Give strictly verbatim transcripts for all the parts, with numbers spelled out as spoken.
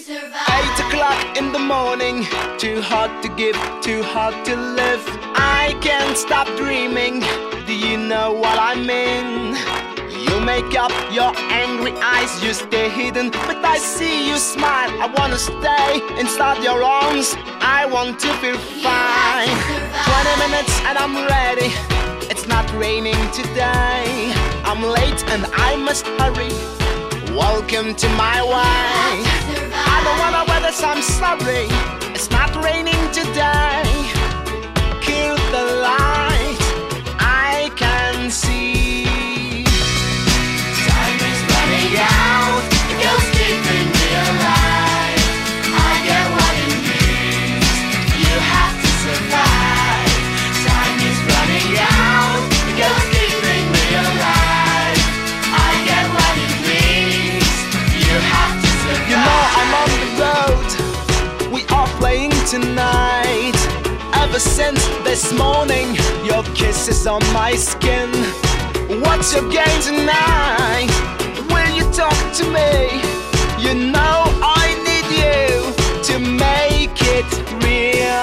Eight o'clock in the morning, too hard to give, too hard to live. I can't stop dreaming, do you know what I mean? You make up your angry eyes, you stay hidden, but I see you smile. I wanna stay inside your arms, I want to feel fine. Twenty minutes and I'm ready, it's not raining today. I'm late and I must hurry, welcome to my way. I don't wanna weather, so I'm sorry, it's not raining today. Kill the light, I can see. Time is running out, the girl's keeping me alive. I get what it means, you have to survive. Time is running out, the girl's keeping me alive. I get what it means, you have to survive. You know I'm on the road, we are playing tonight. Ever since this morning, your kiss is on my skin. What's your game tonight? Will you talk to me? You know I need you to make it real.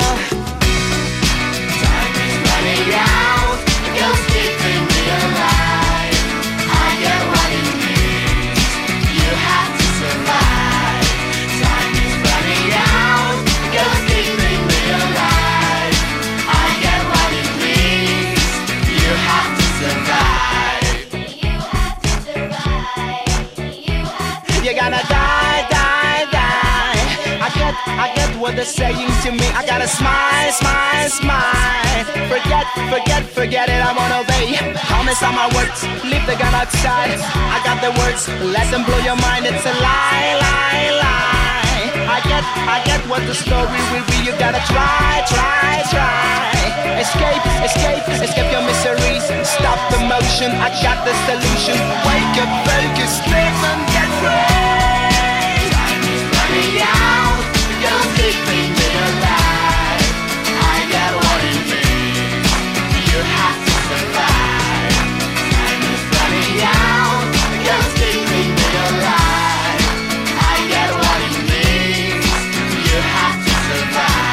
Time is running out, the girl's keeping me alive. I get what it means, you have to survive. Time is running out, the girl's keeping me alive. I get what it means, you have to survive. You have to survive. You have to You're gonna die, die, die. I get, I get what they're saying to me. I gotta smile, smile, smile. Forget, forget, forget it, I won't obey. Promise on my words, leave the gun outside. I got the words, let them blow your mind. It's a lie, lie, lie. I get, I get what the story will be. You gotta try, try, try. Escape, escape, escape your miseries. Stop the motion, I got the solution. Wake up, focus, live and get free. Time is running out, the girl's keeping me alive. I get what it means, you have to survive. Time is running out, the girl's keeping me alive. I get what it means, you have to survive.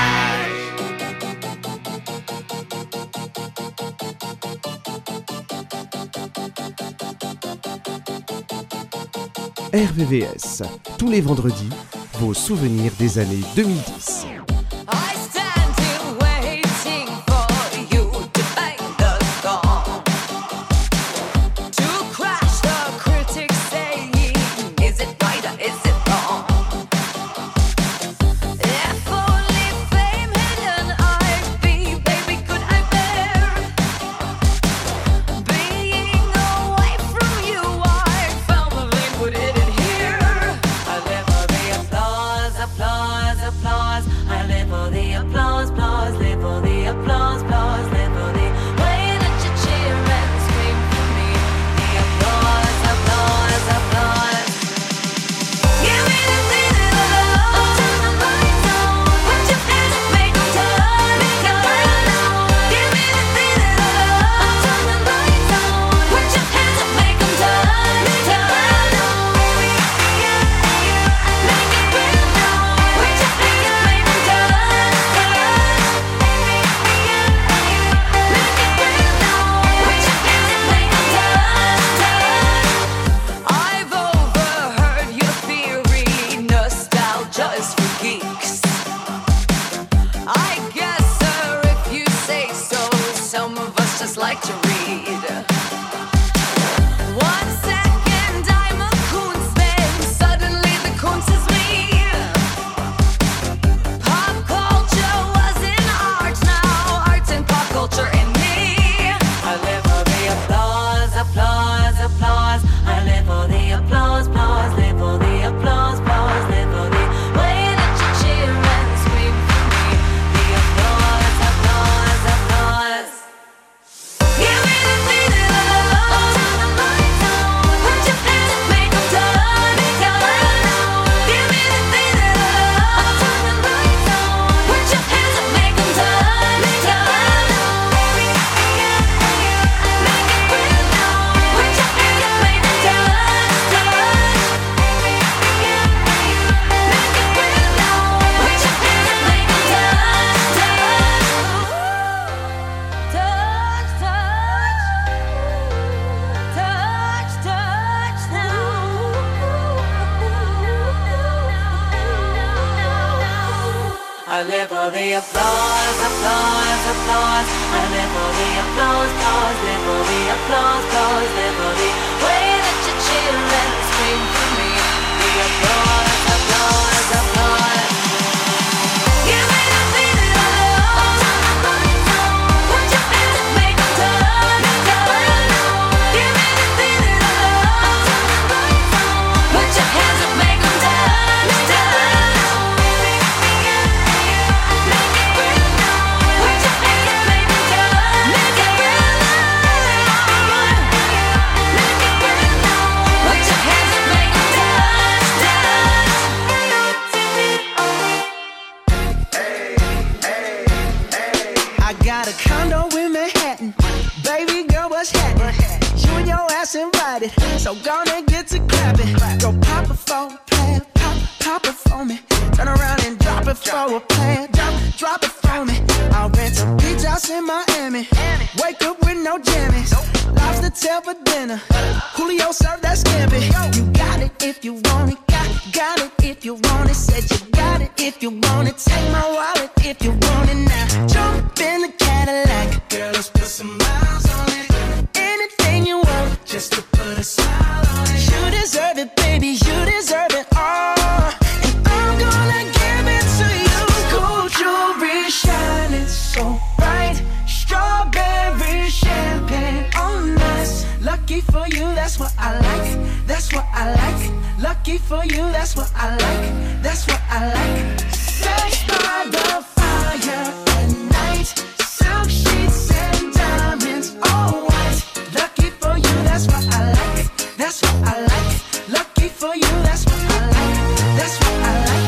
R V V S, tous les vendredis, vos souvenirs des années deux mille dix. I stand here waiting for you to bang the gong, to crash the critics saying, is it right or is it wrong? If only fame hidden I'd be, baby, could I bear being away from you? I firmly put it in here. I live for the applause, applause, applause. I live for the applause, applause, live for the applause, applause, live for the way that you cheer and scream for me. The applause, applause, applause. Give me the feeling of love. Turn the lights on. Put your hands up, make them turn and turn on. Give me the feeling of love. Turn the lights on. Put your hands up, make them turn and turn on. Baby, yeah, yeah, make it real now. Put your hands up, make them turn and turn. Baby, yeah, yeah, make it real now. Put your hands up, make them turn and turn. I've overheard your theory, nostalgia is for geeks. I guess, sir, if you say so, some of us just like to read. One second I'm a coons, then suddenly the coons is me. Pop culture was in art, now art's in pop culture in me. I live for the applause, applause, applause. I live for the applause, applause, live for the applause, applause, live for the way that you cheer and scream for me. The applause, applause, applause. Give live for the applause, applause, applause. I live for the applause, applause, live for the applause, applause, live for the way that you chill and scream for me. The applause, applause, applause. Give me the feeling of love. Put your hands up, make 'em turn, turn. Give me the feeling of love. Put your hands up, make 'em turn, turn. Put your hands up, make 'em turn, turn. Put your hands up, make 'em turn, turn. I got a condo in Manhattan. Baby girl, what's happening? You and your ass invited, so gonna get to clapping. Go pop it for a plan, pop, pop it for me. Turn around and drop it for a plan, drop, drop it for me. I'll rent a beach house in Miami. Wake up with no jammies. Lobster tail for dinner. Julio served that scampi. You got it if you want it, got, got it if you want it. Said you got it if you want it. Take my wallet if you want it now. Jump in the Cadillac, girl, let's put some miles on it. Anything you want, just to put a smile on it. You deserve it, baby, you deserve it all. And I'm gonna give it to you. Gold jewelry shining so bright. Strawberry champagne on us. Lucky for you, that's what I like. That's what I like. Lucky for you, that's what I like. That's what I like. Sex by the fire at night. Silk sheets and diamonds, all white. Lucky for you, that's what I like. That's what I like. Lucky for you, that's what I like. That's what I like.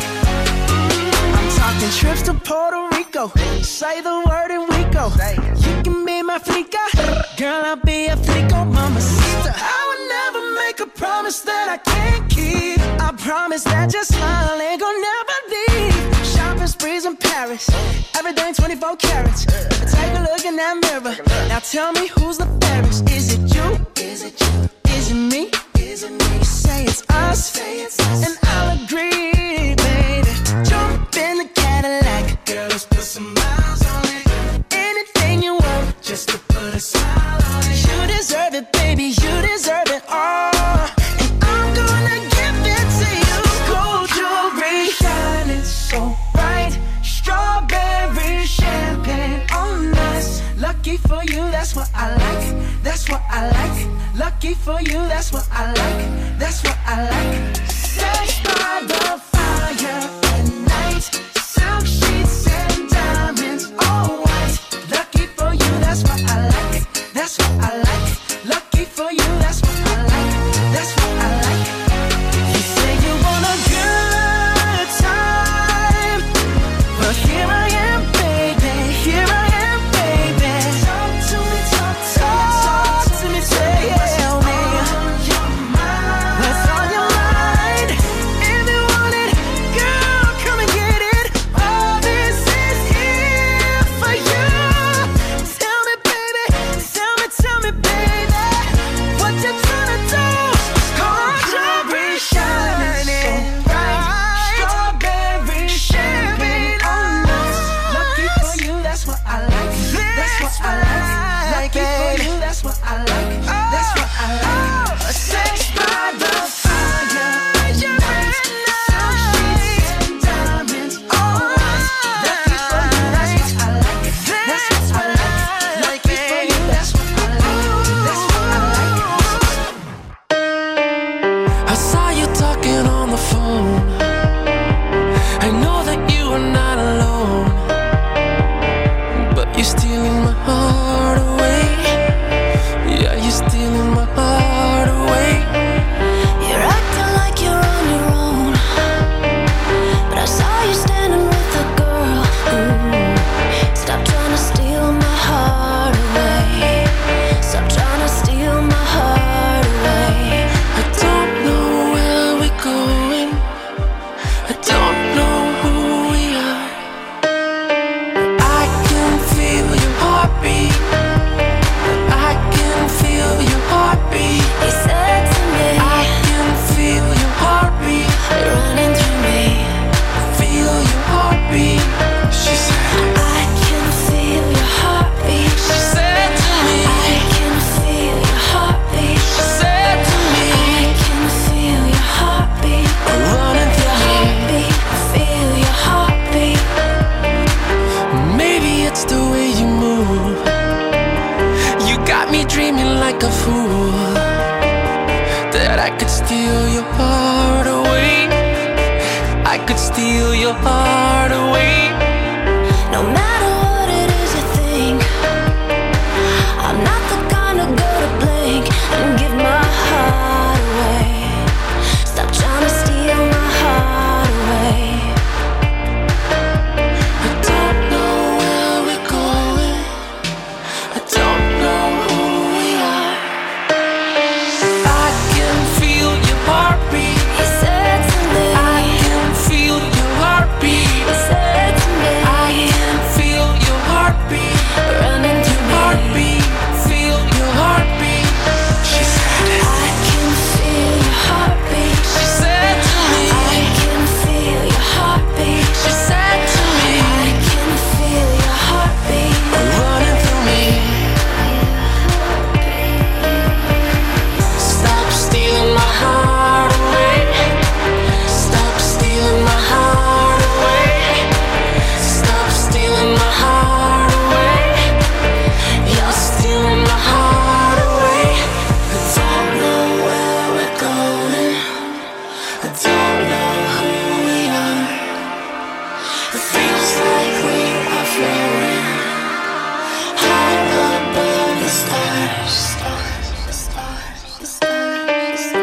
I'm talking trips to Puerto Rico. Say the word and we go. You can be my flica. Girl, I'll be a flico, mamacita. I would never make a promise that I can't keep. I promise that your smile ain't gonna never leave. Shopping sprees in Paris. Everything twenty-four carats. Take a look in that mirror. Now tell me who's the fairest. Is it you? Is it you? Is it me? Is it me? Say it's us. Say it's us. And I'll agree, baby. Jump in the Cadillac. Girl, let's put some miles on it. Anything you want, just to put a smile on it. You deserve it, baby, you deserve it all. And I'm gonna give it to you. Gold jewelry shining so bright. Strawberry champagne on us. Lucky for you, that's what I like. That's what I like. Lucky for you, that's what I like. That's what I like. Sex by the fire at night. Silk sheets and diamonds, all white. Lucky for you, that's what I like. That's what I like. Lucky for you, that's what I like. That's what I like. You say you want a good time, but here I am, baby. Here I am, baby. Talk to me, talk to me, talk to me, tell me what's on your mind. What's on your mind? If you want it me dreaming like a fool that I could steal your heart away. I could steal your heart away. No matter what it is you think, I'm not the kind to go to blink and give my heart away. Stop trying to steal my heart away. I don't know where we're going. I don't know who we are. I can feel your heartbeat. He said to me, I can feel your heartbeat. he said to me, I can feel your heartbeat. running through me. Heartbeat, feel your heartbeat. She said it. I can feel your heartbeat. She said to me. I can feel your heartbeat. She said to me. I can feel your heartbeat. Running through me. Stop stealing my heart away. Stop stealing my heart away. Stop stealing my heart away. You're stealing my heart away. I don't know where we're going. I don't know who we are. It feels like we are floating high above the stars. The stars, the stars, the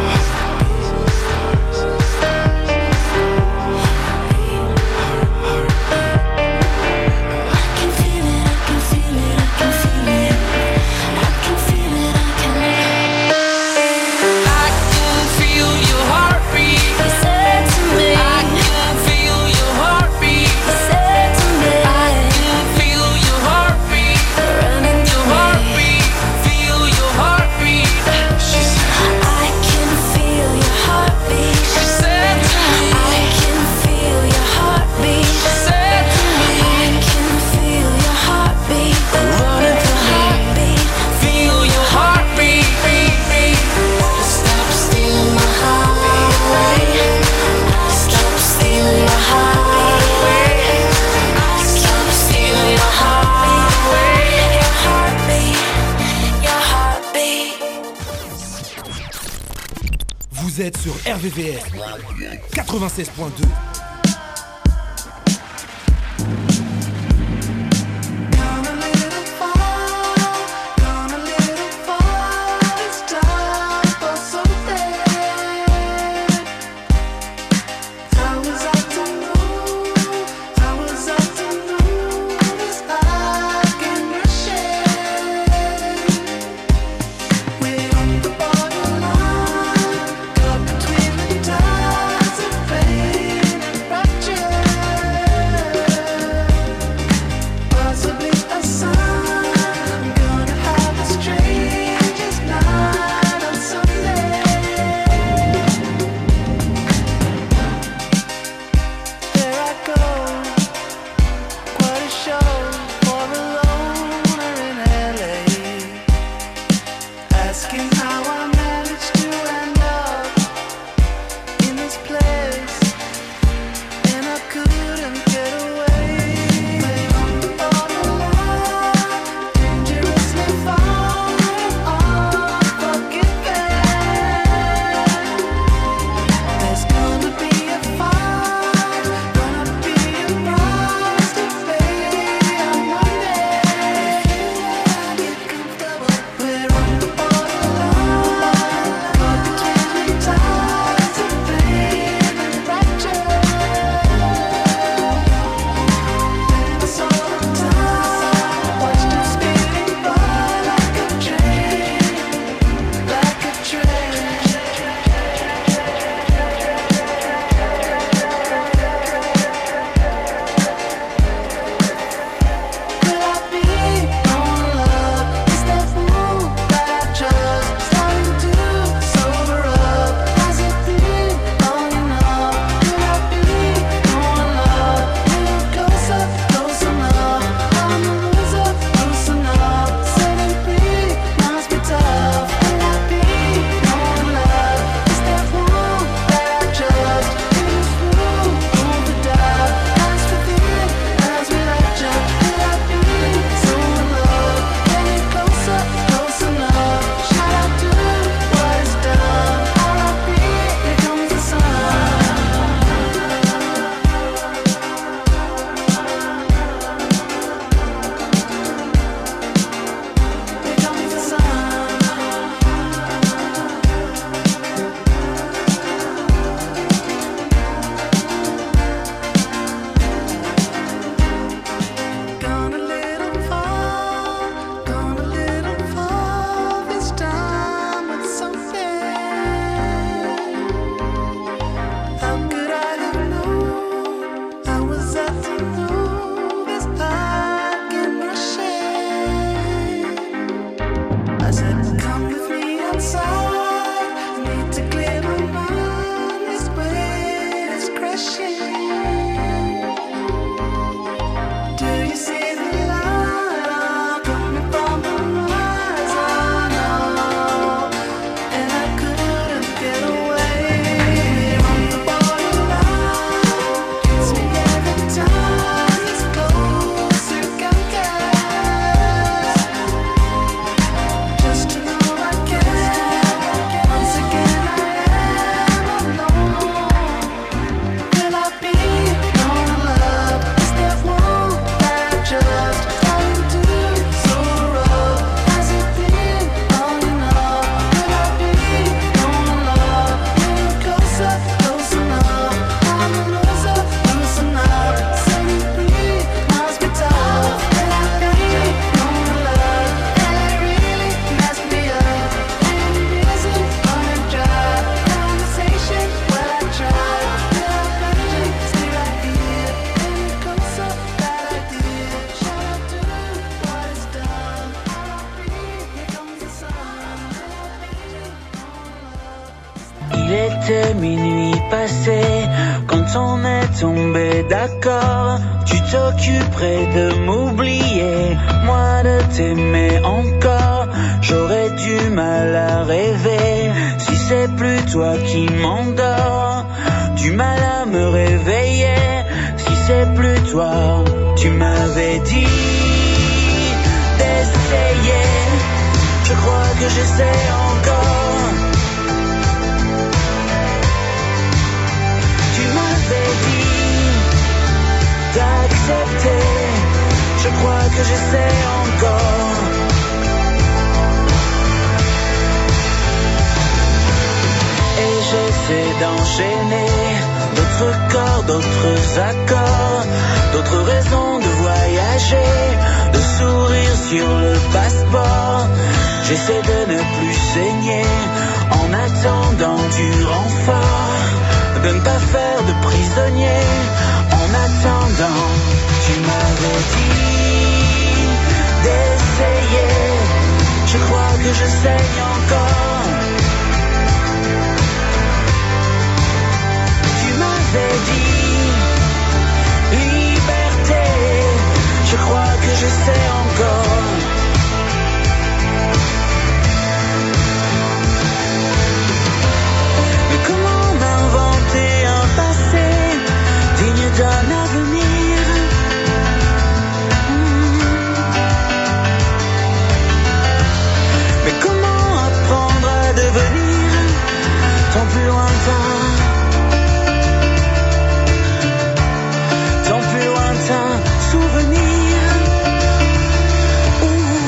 I can feel it, I can feel it, I can feel it. I can feel it, I can. I can feel your heartbeat. He said to me, I can feel your heartbeat. he said to me, I can feel your heartbeat. running Your through me. heartbeat, feel your heartbeat. She said, I can feel your heartbeat. she said to me. I can feel your heartbeat. She said to me. I can feel your heartbeat. Running through me. Heartbeat. Feel your heartbeat. Stop stealing my heart away. Stop stealing my heart away. Stop stealing my heart away. Your heartbeat. Your heartbeat. Vous êtes sur R V V S quatre-vingt-seize point deux. Between the ties of pain and fracture. I said, come with me outside. I need to clear my mind. This weight is crushing. Do you see the light coming from the horizon? Oh, and I couldn't get away from the borderline. Hits me every time it's closer, come cast. Just to know I care. Once again I am alone. Will I be known love? Is there one that I just can't do? So rough has it been long enough? Will I be known love? Getting closer, close enough. I'm a loser, loosen up. Setting free must be tough. Will I be known love? And it really messed me up. Any reason running dry? Conversation, well I tried. Will I be stay right here? Any closer that I did? Shall I do what is done? Will I be? Here comes the sun. Will I be known love? Il était minuit passé quand on est tombé d'accord. Tu t'occuperais de m'oublier, moi de t'aimer encore. J'aurais du mal à rêver si c'est plus toi qui m'endors. Du mal à me réveiller si c'est plus toi. Tu m'avais dit d'essayer, je crois que j'essaie encore. Tu m'avais dit d'accepter, je crois que j'essaie encore. Et j'essaie d'enchaîner d'autres corps, d'autres accords, d'autres raisons de voyager, de sourire sur le passeport. J'essaie de ne plus saigner en attendant du renfort, de ne pas faire de prisonnier en attendant. Tu m'avais dit d'essayer, je crois que je saigne encore. Tu m'avais dit liberté, je crois que je sais encore. Mais comment m'inventer un passé digne d'un avenir? Hmm. Mais comment apprendre à devenir tant plus lointain, tant plus lointain souvenir? Ouh.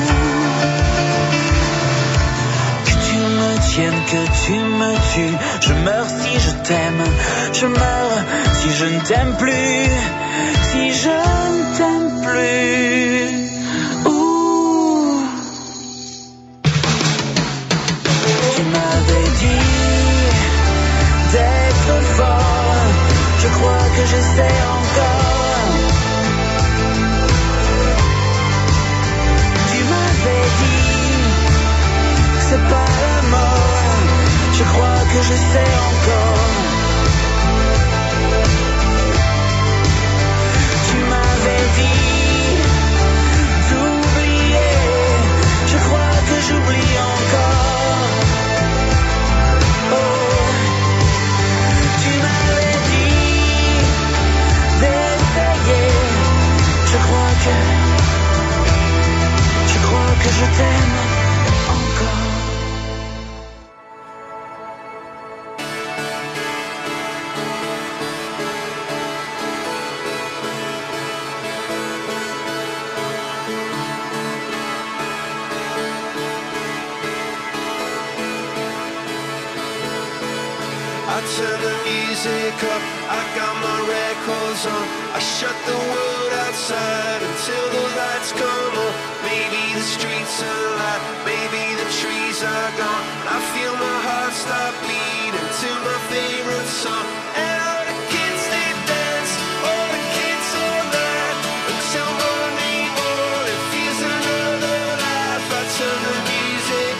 Que tu me tiennes, que tu me tues, je meurs si je t'aime, je meurs si je ne t'aime plus, si je ne t'aime plus. Ouh. Tu m'avais dit d'être fort, je crois que j'essaie encore. Tu m'avais dit c'est pas la mort, je crois que j'essaie encore. Tu m'avais dit d'oublier, je crois que j'oublie encore. Oh, tu m'avais dit d'essayer, je crois que, je crois que je t'aime encore. I turn the music up, I got my records on. I shut the world outside until the lights come on. Maybe the streets are alive, maybe the trees are gone. I feel my heart stop beating to my favorite song. And all the kids they dance, all the kids all night until morning, morning feels another life. I turn the music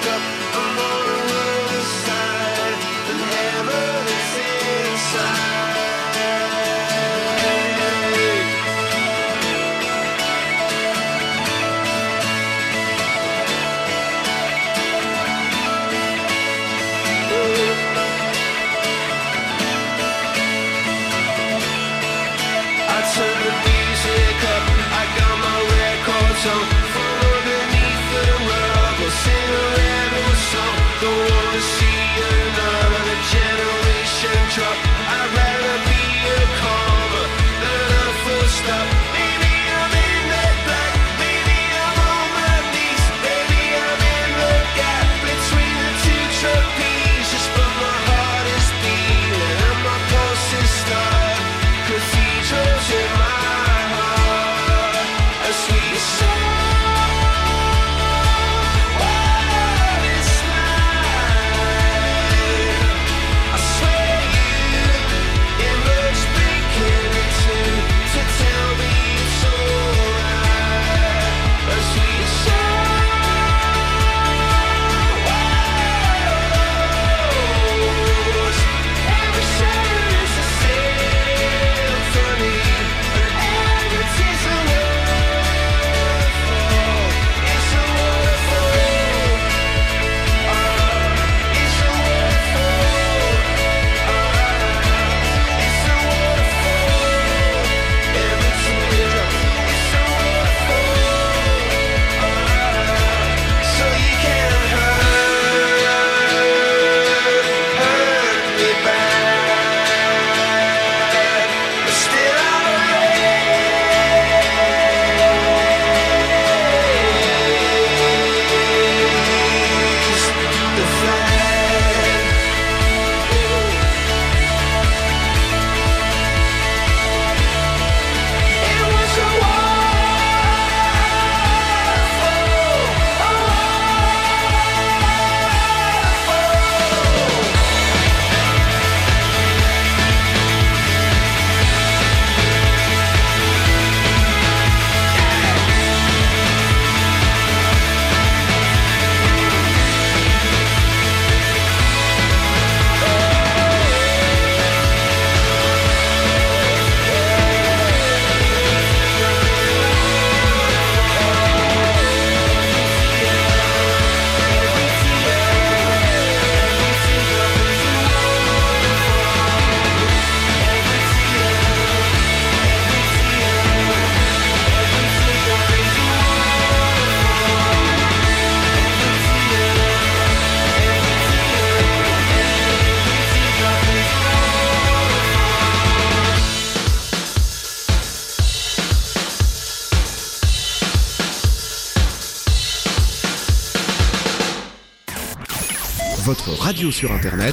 votre radio sur internet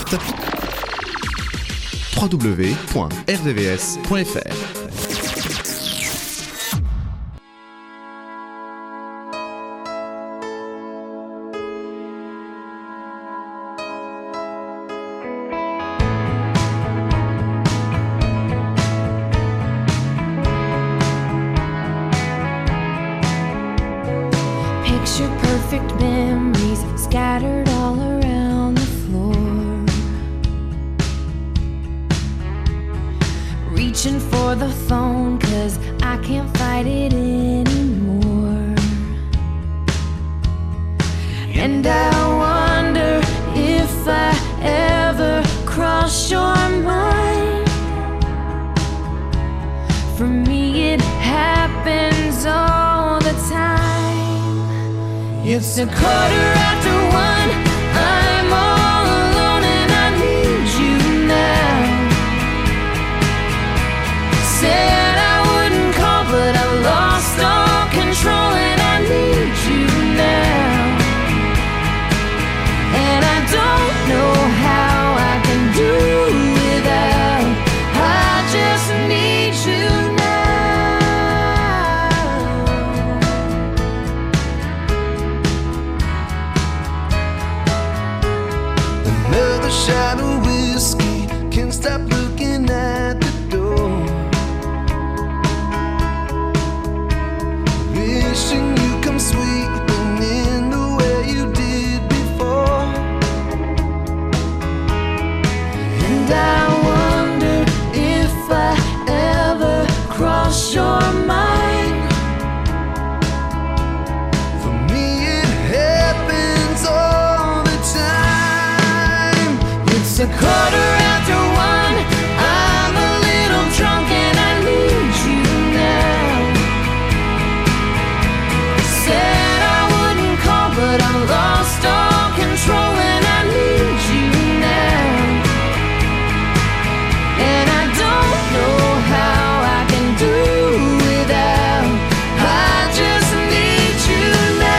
w w w point r v v s point f r. Picture perfect memories scattered all around the floor. Reaching for the phone 'cause I can't fight it anymore. And I wonder if I ever cross your mind. For me it happens all the time. It's a quarter after one, I'm all alone and I need you now. Said I wouldn't call but I've lost all control and I need you now. And I don't know how I can do without, I just need you now. Another shot of whiskey, can't stop looking at the door. Wishing you come sweeping in the way you did before. And I wonder if I ever cross your mind. For me it happens all the time. It's a quarter after one, I'm a little drunk and I need you now. Said I wouldn't call but I lost all control and I need you now. And I don't know how I can do without, I just need you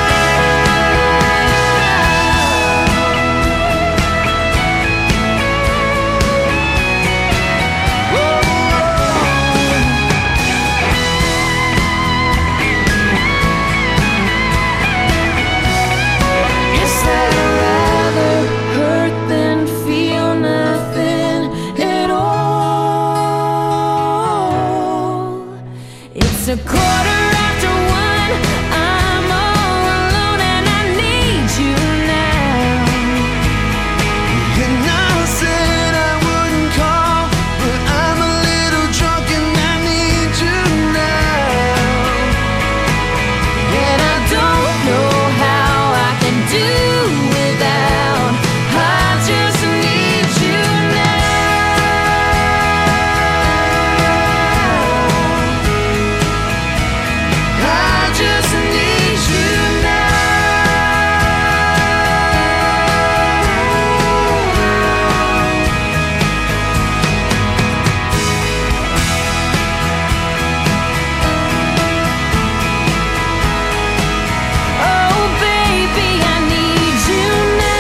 Guess that I'd rather hurt than feel nothing at all. It's a quarter after one, I'm all alone and I need you now. And I said I wouldn't call, but I'm a little drunk and I need you now. And I don't know how I can do without, I just need you now. I just need you now. Oh baby, I need you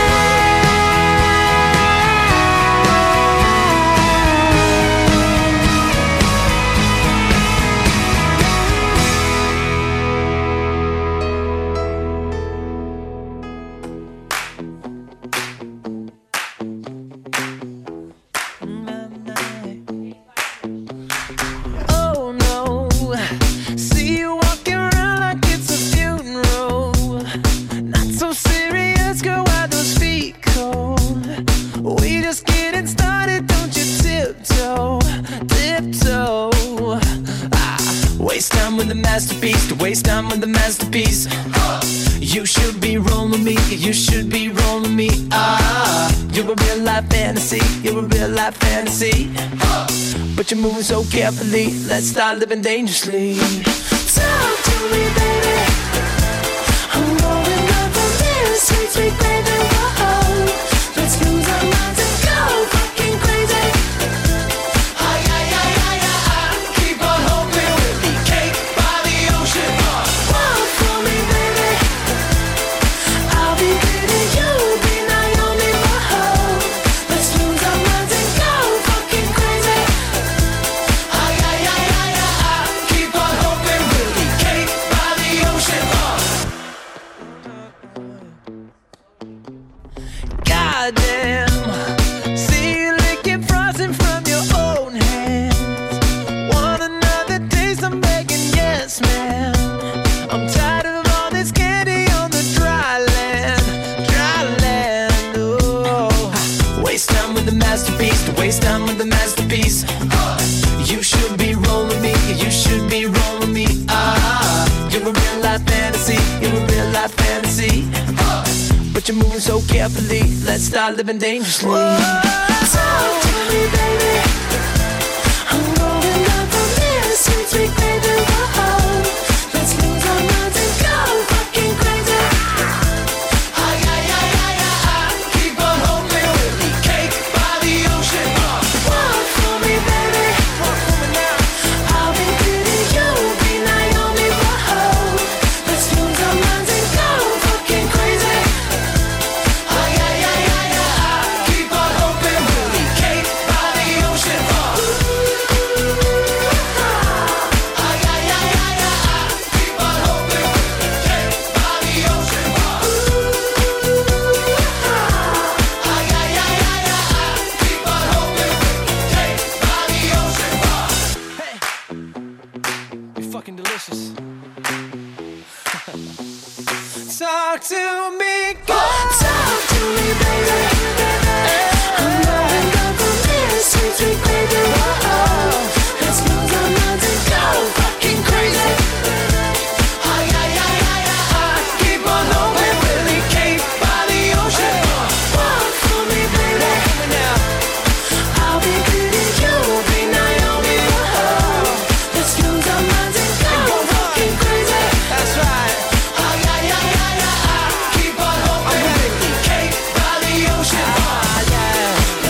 Oh no, see you walking around like it's a funeral. Not so serious, girl, why those feet cold? We just getting started, don't you tiptoe, tiptoe. Ah, waste time with the masterpiece, to waste time with the masterpiece. You should be rolling me, you should be rolling me. Ah, you're a real life fantasy, you're a real life fantasy. But you're moving so carefully, let's start living dangerously. Talk to me, baby. I'm going up from this sweet, sweet baby. Whoa, let's lose our minds and go fucking crazy. Ay, ay, ay, ay, ay, keep on hoping we'll be cake by the ocean. Walk for me, baby. I'll be pretty, you'll be Naomi. Whoa. goddamn. See you licking frosting from your own hands. Want another taste? I'm begging, yes, ma'am. I'm tired of all this candy on the dry land, dry land. Oh, waste time with the masterpiece. To waste time with the masterpiece. You should be rolling me. You should be rolling me. Ah, you're a real life fantasy. You're a real life fantasy. But you're moving so carefully. Let's start living dangerously. Whoa. Talk to me, baby. I'm rolling up from this sweet, sweet baby. Whoa. Let's lose our minds and go fucking crazy. Ay, ay, ay, ay, ay, ay. Keep on hoping we'll be cake by the ocean. Walk for me, baby. Walk for me now. I'll be pretty, you'll be Naomi. Whoa. Let's lose our minds and go fucking crazy. Ay, ay, ay, ay, ay, ay. Keep on hoping we'll be cake by the ocean. Ay, ay, ay, ay, ay, ay. Keep on hoping we'll be cake by the ocean. Ay, ay, ay, ay, ay, ay. Keep on hoping we'll be cake by the ocean. Hey, you're fucking delicious. Talk to me, girl. Talk to me, baby. I'm rolling up from this sweet, sweet baby. Whoa. Let's lose our minds and go fucking crazy. Ay, ay, ay, ay, ay, ay. Keep on hoping we'll be cake by the ocean. Walk for me, baby. I'll be pretty, you'll be Naomi. Whoa. Let's lose our minds and go fucking crazy. That's right. Ay, ay, ay, ay, ay, ay. Keep on hoping we'll be cake by the ocean. Ah, yeah.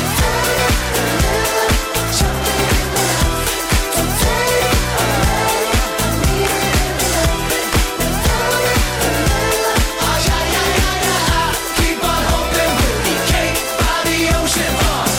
Ay, ay, ay, ay, ay, ay. Keep on hoping we'll be cake by the ocean.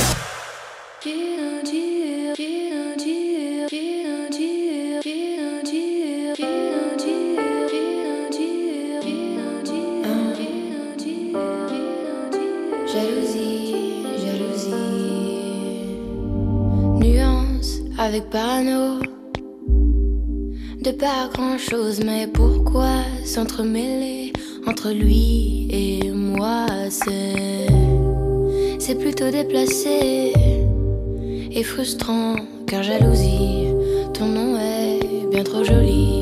Jalousie, jalousie. Nuance avec parano. De pas grand chose, mais pourquoi s'entremêler entre lui et moi? C'est, c'est plutôt déplacé et frustrant, car jalousie, ton nom est bien trop joli.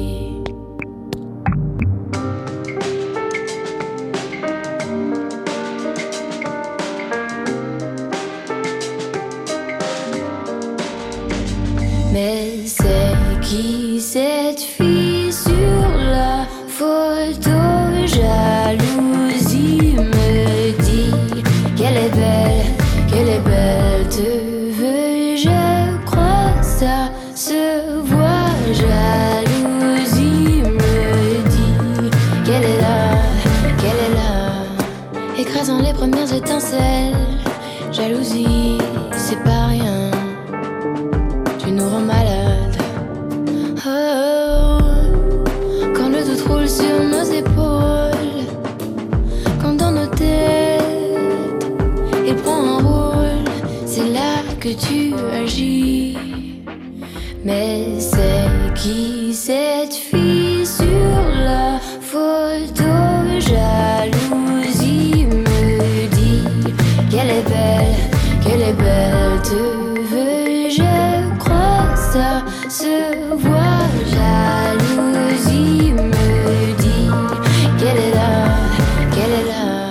Mais c'est qui cette fille sur la photo? Jalousie me dit qu'elle est belle, qu'elle est belle. Te veux, je crois, ça se voit. Jalousie me dit qu'elle est là, qu'elle est là, écrasant les premières étincelles. Jalousie, c'est pas rien. Tu nous rends malades. Oh, quand le doute roule sur nos épaules, quand dans nos têtes il prend un rôle, c'est là que tu agis. Mais c'est qui cette fille sur la photo? Jalousie me dit qu'elle est belle, qu'elle est belle. Te veux, je crois, ça se voit. Jalousie me dit qu'elle est là, qu'elle est là.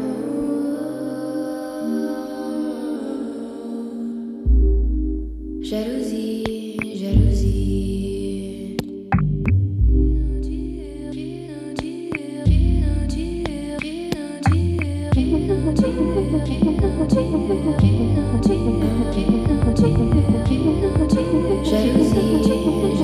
Jalousie, jalousie. Jalousie,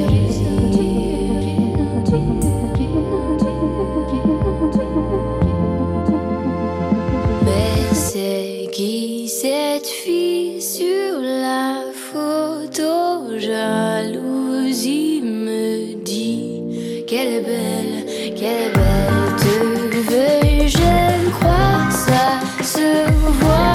mais c'est qui cette fille sur la photo? Jalousie me dit qu'elle est belle, qu'elle est belle. Te veux, je crois, ça se voit.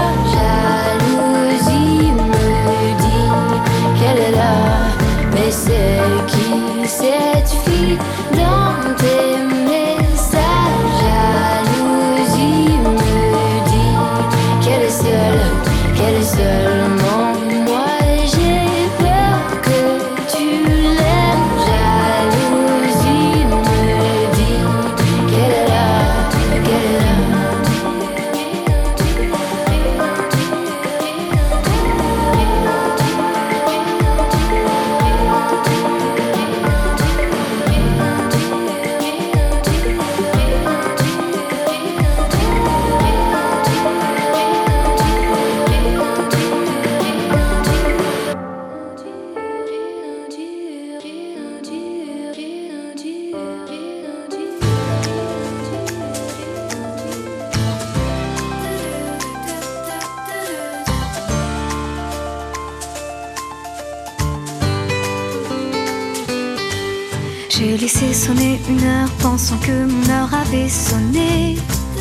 J'ai laissé sonner une heure pensant que mon heure avait sonné.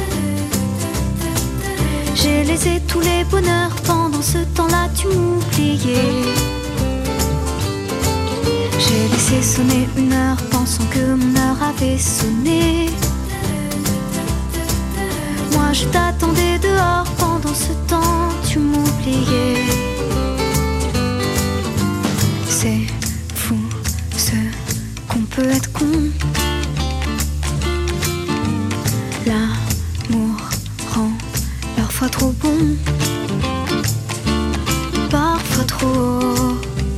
J'ai laissé tous les bonheurs pendant ce temps-là tu m'oubliais. J'ai laissé sonner une heure pensant que mon heure avait sonné. Moi je t'attendais dehors pendant ce temps tu m'oubliais. C'est fou ce qu'on peut être con. L'amour rend parfois trop bon, parfois trop.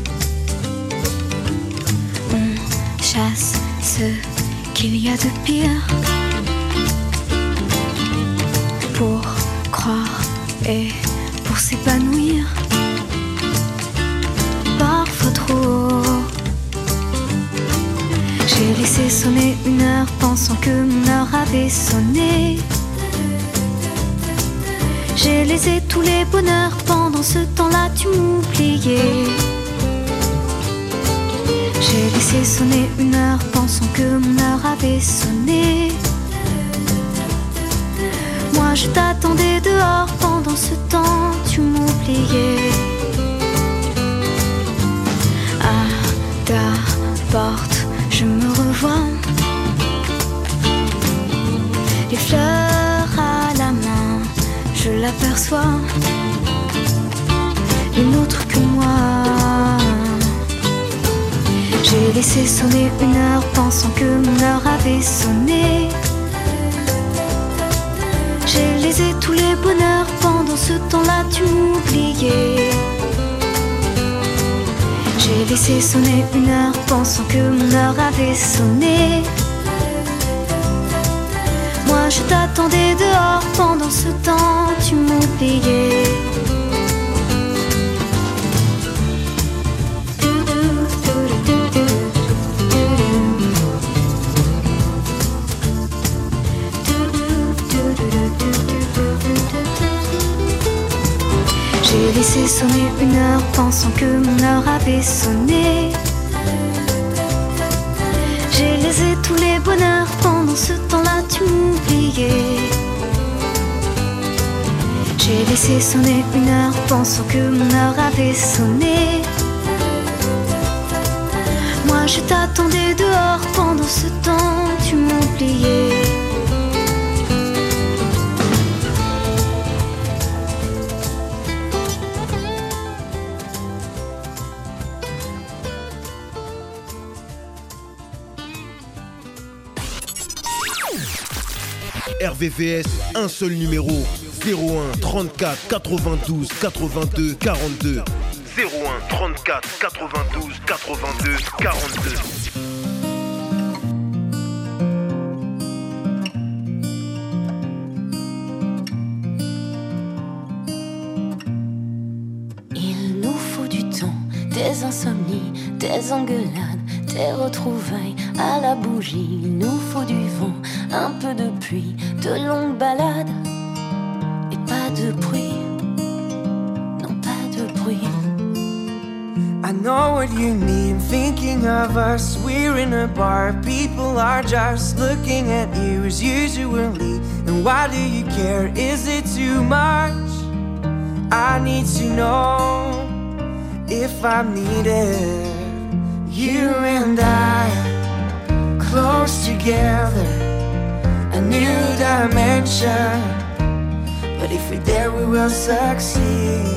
On chasse ce qu'il y a de pire pour croire et pour s'épanouir, parfois trop. J'ai laissé sonner une heure pensant que mon heure avait sonné. J'ai laissé tous les bonheurs pendant ce temps-là tu m'oubliais. J'ai laissé sonner une heure pensant que mon heure avait sonné. Moi je t'attendais dehors pendant ce temps tu m'oubliais. À ta porte je me revois, les fleurs à la main, je l'aperçois, une autre que moi. J'ai laissé sonner une heure pensant que mon heure avait sonné. J'ai laissé tous les bonheurs pendant ce temps-là tu m'oubliais. J'ai laissé sonner une heure pensant que mon heure avait sonné. Moi je t'attendais dehors pendant ce temps tu m'oubliais. J'ai laissé sonner une heure pensant que mon heure avait sonné. J'ai laissé tous les bonheurs pendant ce temps-là tu m'oubliais. J'ai laissé sonner une heure pensant que mon heure avait sonné. Moi je t'attendais dehors pendant ce temps tu m'oubliais. R V V S, un seul numéro, zéro un trente-quatre quatre-vingt-douze quatre-vingt-deux quarante-deux. zéro un trente-quatre quatre-vingt-douze quatre-vingt-deux quarante-deux. Il nous faut du temps, des insomnies, des engueulades, des retrouvailles à la bougie. Il nous faut du vent, un peu de pluie, de longues balades et pas de bruit, non pas de bruit. I know what you need, I'm thinking of us. We're in a bar, people are just looking at you as usually. And why do you care? Is it too much? I need to know if I'm needed. You and I, close together, a new dimension. But if we're there, we will succeed.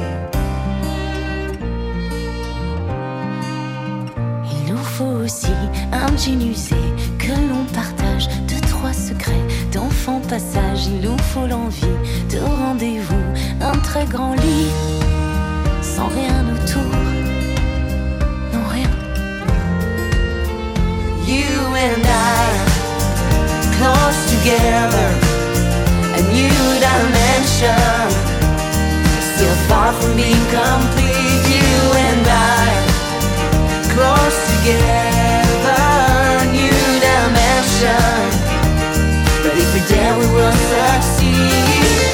Il nous faut aussi un jean usé que l'on partage, deux, trois secrets d'enfant passage. Il nous faut l'envie de rendez-vous, un très grand lit, sans rien autour, non rien. You and I, close together, a new dimension. Still far from being complete. You and I, close together, a new dimension. But if we're there, we will succeed.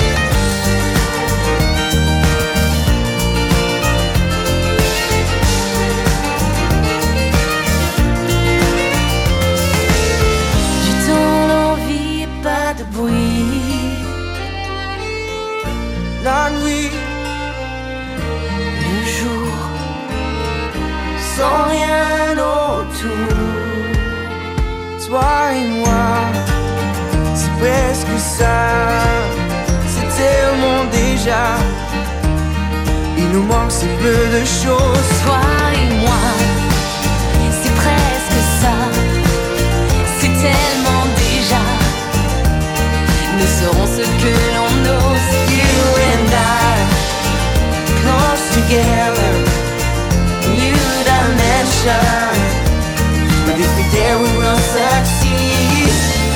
ça. C'est tellement déjà. Il nous manque si peu de choses. Toi et moi, c'est presque ça. C'est tellement déjà. Nous serons ce que l'on ose. You and I, close together, new dimension. But if we dare, we will succeed.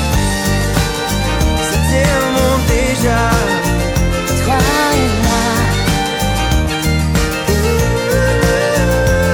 C'est tellement déjà. Toi et moi.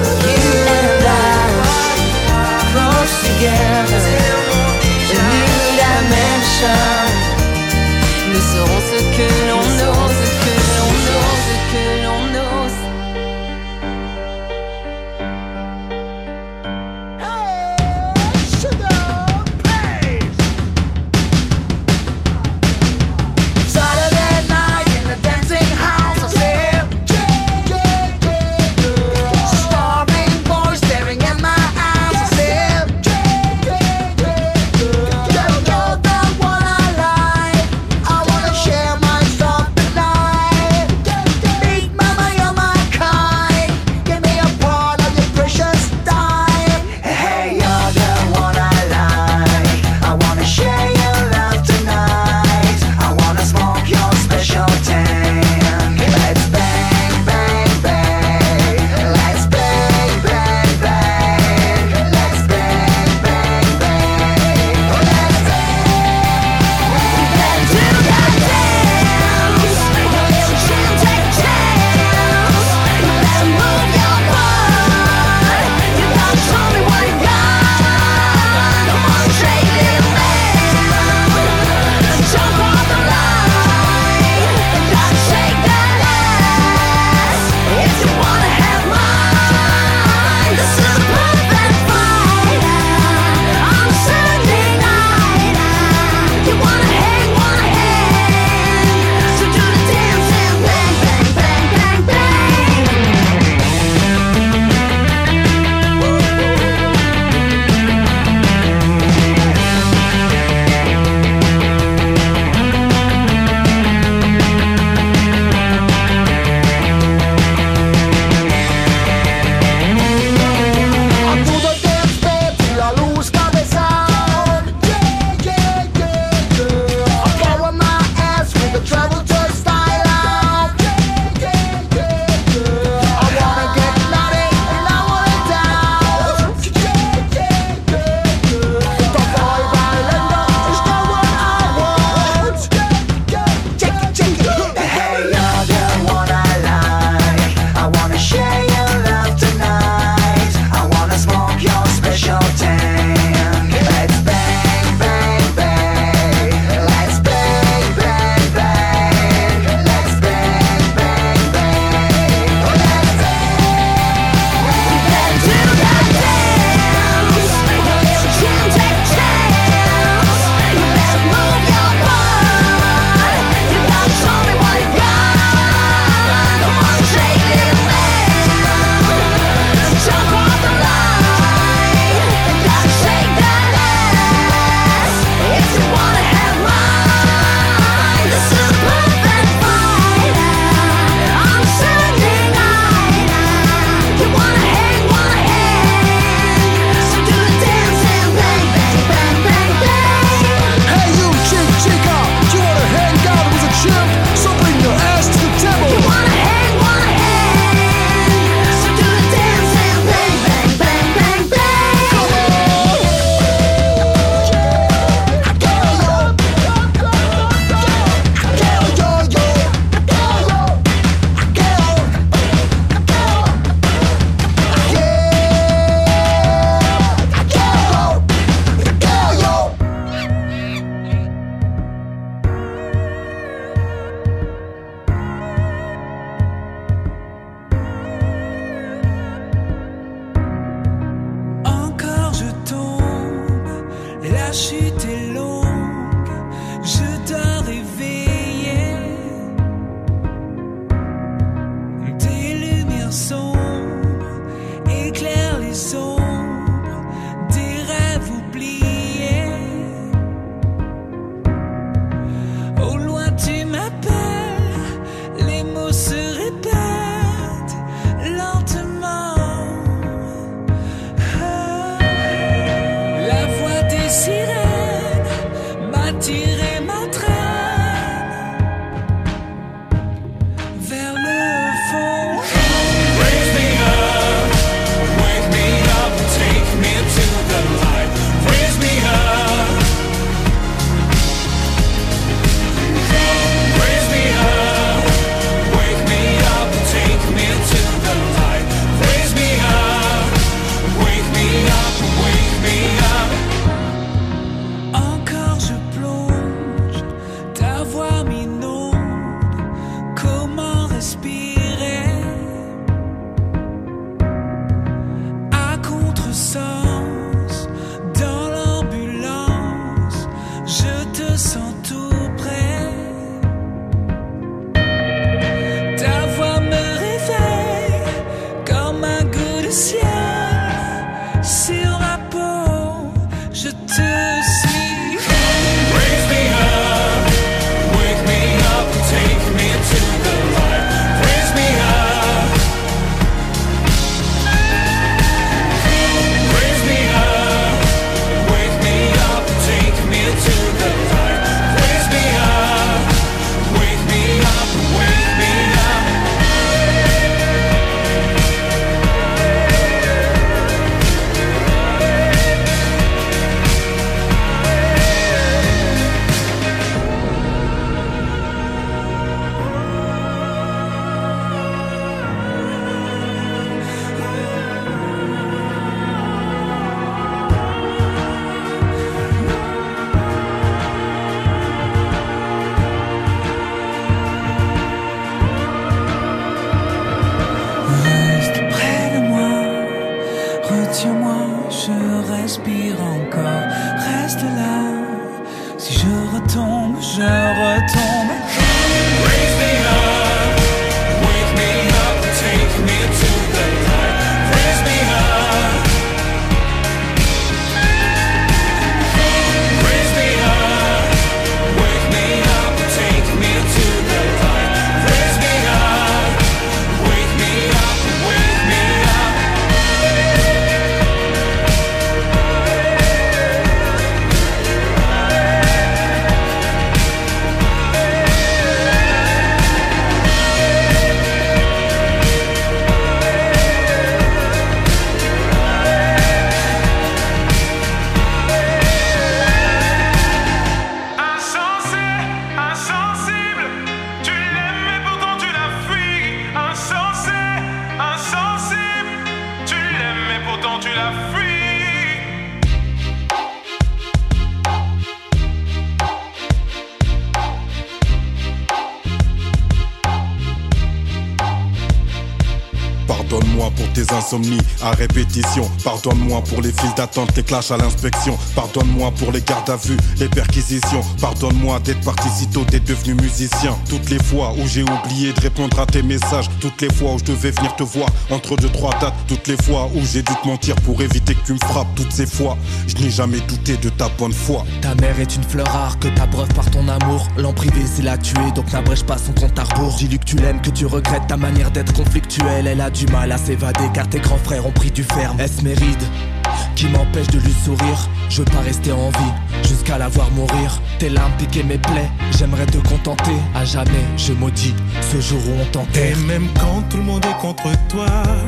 Pardonne-moi pour tes insomnies à répétition. Pardonne-moi pour les files d'attente, les clashs à l'inspection. Pardonne-moi pour les gardes à vue, les perquisitions. Pardonne-moi d'être parti si tôt, d'être devenu musicien. Toutes les fois où j'ai oublié de répondre à tes messages. Toutes les fois où je devais venir te voir entre deux, trois dates. Toutes les fois où j'ai dû te mentir pour éviter que tu me frappes. Toutes ces fois, je n'ai jamais douté de ta bonne foi. Ta mère est une fleur rare que t'abreuves par ton amour. L'en privé c'est la tuer, donc n'abrège pas son compte à rebours. Dis-lui que tu l'aimes, que tu regrettes ta manière d'être conflictuelle. Elle a du mal à s'évader car tes grands frères ont pris du ferme. Est-ce mes rides qui m'empêche de lui sourire? Je veux pas rester en vie jusqu'à la voir mourir. Tes larmes piquaient mes plaies, j'aimerais te contenter. À jamais je maudis ce jour où on t'enterre. Et même quand tout le monde est contre toi,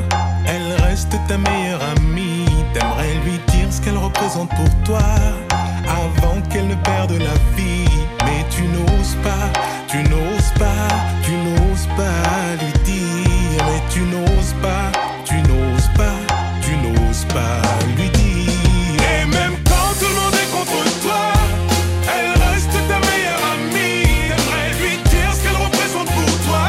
elle reste ta meilleure amie. T'aimerais lui dire ce qu'elle représente pour toi avant qu'elle ne perde la vie. Mais tu n'oses pas, tu n'oses pas, tu n'oses pas lui dire. Mais tu n'oses pas, tu n'oses pas, tu n'oses pas lui dire. Et même quand tout le monde est contre toi, elle reste ta meilleure amie. T'aimerais lui dire ce qu'elle représente pour toi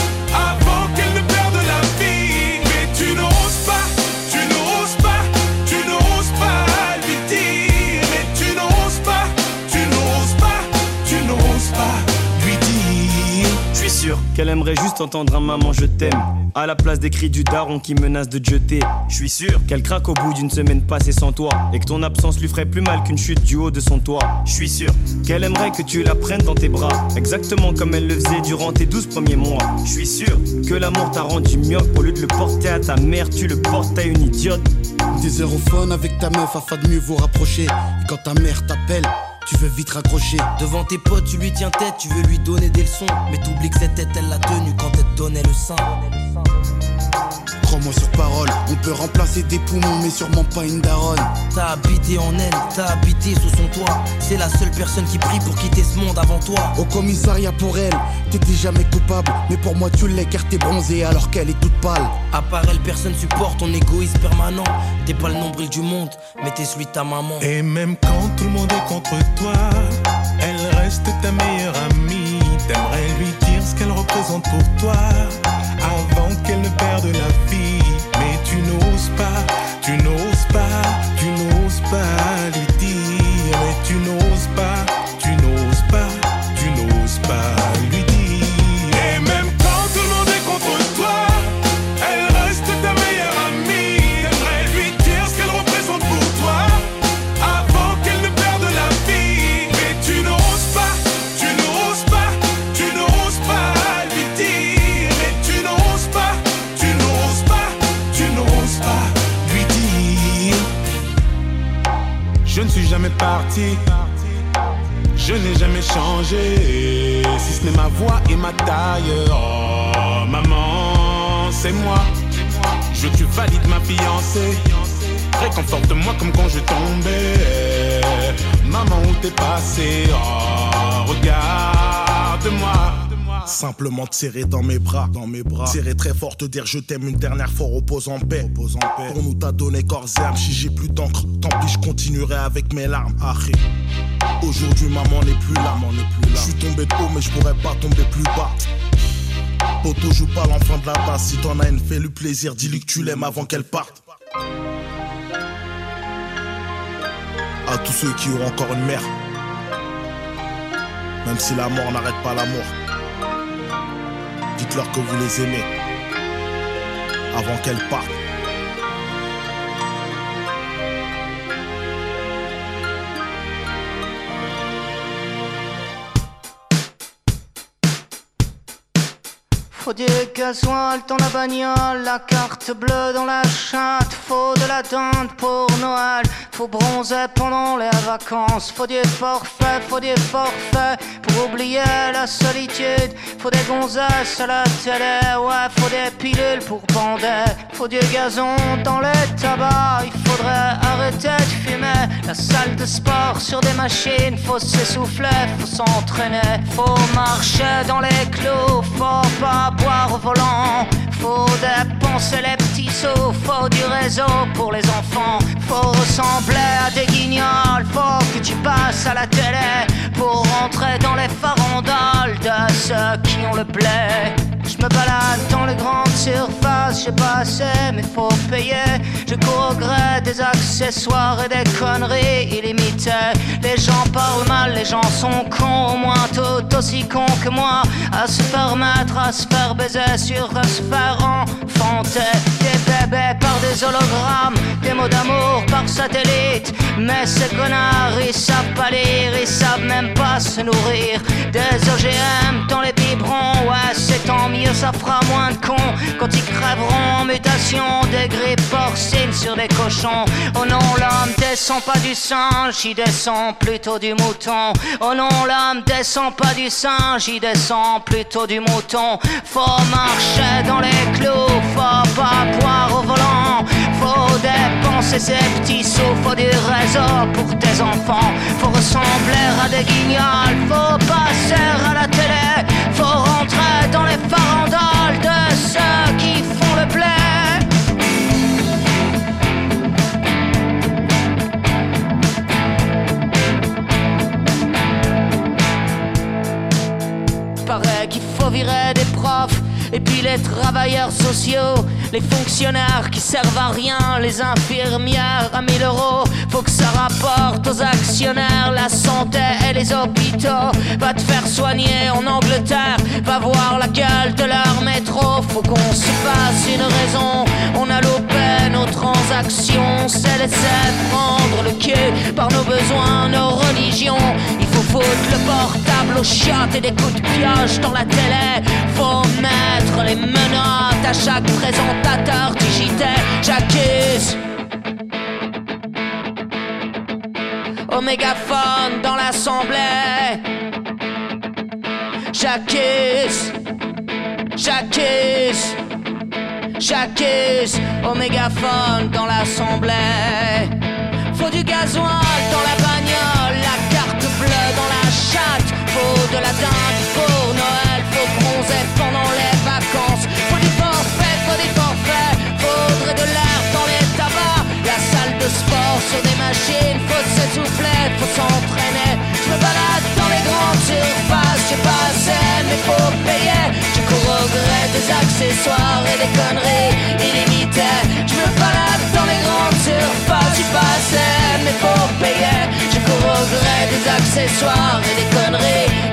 avant qu'elle ne perde la vie. Mais tu n'oses pas, tu n'oses pas, tu n'oses pas lui dire. Mais tu n'oses pas, tu n'oses pas, tu n'oses pas lui dire. Je suis sûr qu'elle aimerait juste entendre un maman je t'aime à la place des cris du daron qui menace de te jeter. Je suis sûr qu'elle craque au bout d'une semaine passée sans toi et que ton absence lui ferait plus mal qu'une chute du haut de son toit. Je suis sûr qu'elle aimerait que tu la prennes dans tes bras, exactement comme elle le faisait durant tes douze premiers mois. Je suis sûr que l'amour t'a rendu myope. Au lieu de le porter à ta mère, tu le portes à une idiote. Des heures au fun avec ta meuf afin de mieux vous rapprocher. Et quand ta mère t'appelle, tu veux vite raccrocher. Devant tes potes, tu lui tiens tête, tu veux lui donner des leçons. Mais t'oublies que cette tête, elle l'a tenue quand elle te donnait le sein. Crois-moi sur parole, on peut remplacer des poumons, mais sûrement pas une daronne. T'as habité en elle, t'as habité sous son toit. C'est la seule personne qui prie pour quitter ce monde avant toi. Au commissariat pour elle, t'étais jamais coupable. Mais pour moi tu l'es car t'es bronzée alors qu'elle est toute pâle. À part elle, personne supporte ton égoïsme permanent. T'es pas le nombril du monde, mais t'es celui de ta maman. Et même quand tout le monde est contre toi, elle reste ta meilleure amie. T'aimerais lui dire ce qu'elle représente pour toi avant qu'elle ne perde la vie. Mais tu n'oses pas, tu n'oses pas, tu n'oses pas lui dire. Mais tu n'oses pas, tu n'oses pas, tu n'oses pas lui dire. Et même quand tout le monde est contre toi, elle reste ta meilleure amie. T'aimerais lui dire ce qu'elle représente pour toi avant qu'elle ne perde la vie. Mais tu n'oses pas, tu n'oses pas, tu n'oses pas lui dire. Mais tu n'oses pas, tu n'oses pas, tu n'oses pas lui dire. Je ne suis jamais parti, je n'ai jamais changé, si ce n'est ma voix et ma taille. Oh maman, c'est moi. Je veux que tu valides ma fiancée. Réconforte-moi comme quand je tombais. Maman, où t'es passé? Oh, regarde-moi. Simplement te serrer dans mes bras, dans mes bras. Serrer très fort, te dire je t'aime une dernière fois, repose en paix. Repose en paix. Pour nous t'as donné corps et âme, si j'ai plus d'encre, tant pis je continuerai avec mes larmes. Arrête. Aujourd'hui maman n'est plus là, maman n'est plus là. Je suis tombé de haut mais je pourrais pas tomber plus bas. Poto joue pas l'enfant de la base, si t'en as une fais-lui plaisir, dis-lui que tu l'aimes avant qu'elle parte. À tous ceux qui auront encore une mère, même si la mort n'arrête pas l'amour, dites-leur que vous les aimez avant qu'elles partent. Faut du gasoil dans la bagnole, la carte bleue dans la chatte. Faut de la dinde pour Noël, faut bronzer pendant les vacances. Faut du forfait, faut du forfait pour oublier la solitude. Faut des gonzesses à la télé, ouais, faut des pilules pour bander. Faut du gazon dans les tabacs, il faudrait arrêter de fumer. La salle de sport sur des machines, faut s'essouffler, faut s'entraîner. Faut marcher dans les clous, faut pas boire au volant. Faut dépenser les petits sous, faut du réseau pour les enfants. Faut ressembler à des guignols, faut que tu passes à la télé pour rentrer dans les farandoles de ceux qui ont le blé. Je me balade dans les grandes surfaces, passe, j'ai pas assez, mais faut payer. Je cours au gré des accessoires et des conneries illimitées. Les gens parlent mal, les gens sont cons, au moins tout aussi cons que moi. À se permettre, à se faire baiser, sur à se faire enfanter. Des bébés par des hologrammes, des mots d'amour par satellite. Mais ces connards, ils savent pas lire, ils savent même pas se nourrir. Des O G M dans les biberons, ouais c'est tant mieux, ça fera moins de cons quand ils crèveront en mutation. Des grippes porcines sur des cochons. Oh non, l'homme descend pas du singe, il descend plutôt du mouton. Oh non, l'homme descend pas du singe, il descend plutôt du mouton. Faut marcher dans les clous, faut pas boire au volant. Faut dépenser ses petits sous, faut du réseau pour tes enfants. Faut ressembler à des guignols, faut passer à la télé. Faut rentrer dans les farandoles de ceux qui font le blé. Paraît qu'il faut virer des profs, et puis les travailleurs sociaux, les fonctionnaires qui servent à rien, les infirmières à mille euros. Faut que ça rapporte aux actionnaires la santé et les hôpitaux. Va te faire soigner en Angleterre, va voir la gueule de leur métro. Faut qu'on se fasse une raison, on a loupé nos transactions. C'est laisser prendre le cul par nos besoins, nos religions. Il faut foutre le portable aux chiottes et des coups de pioche dans la télé. Faut mettre les menottes à chaque présentateur du J T. J'accuse au mégaphone dans l'assemblée. J'accuse, j'accuse, j'accuse au mégaphone dans l'assemblée. Faut du gasoil dans la bagnole, la carte bleue dans la chatte. Faut de la dinde pour Noël, faut bronzer pendant les vacances. Faut du forfait, faut des forfaits, faudrait de l'air dans les tabacs. La salle de sport sur des machines, faut s'essouffler, faut s'entraîner. Je me balade dans les grandes surfaces, j'ai pas assez mais faut payer. Je cours au gré des accessoires et des conneries illimitées. Je me balade dans les grandes surfaces, j'ai pas assez mais faut payer. Je cours au gré des accessoires et des conneries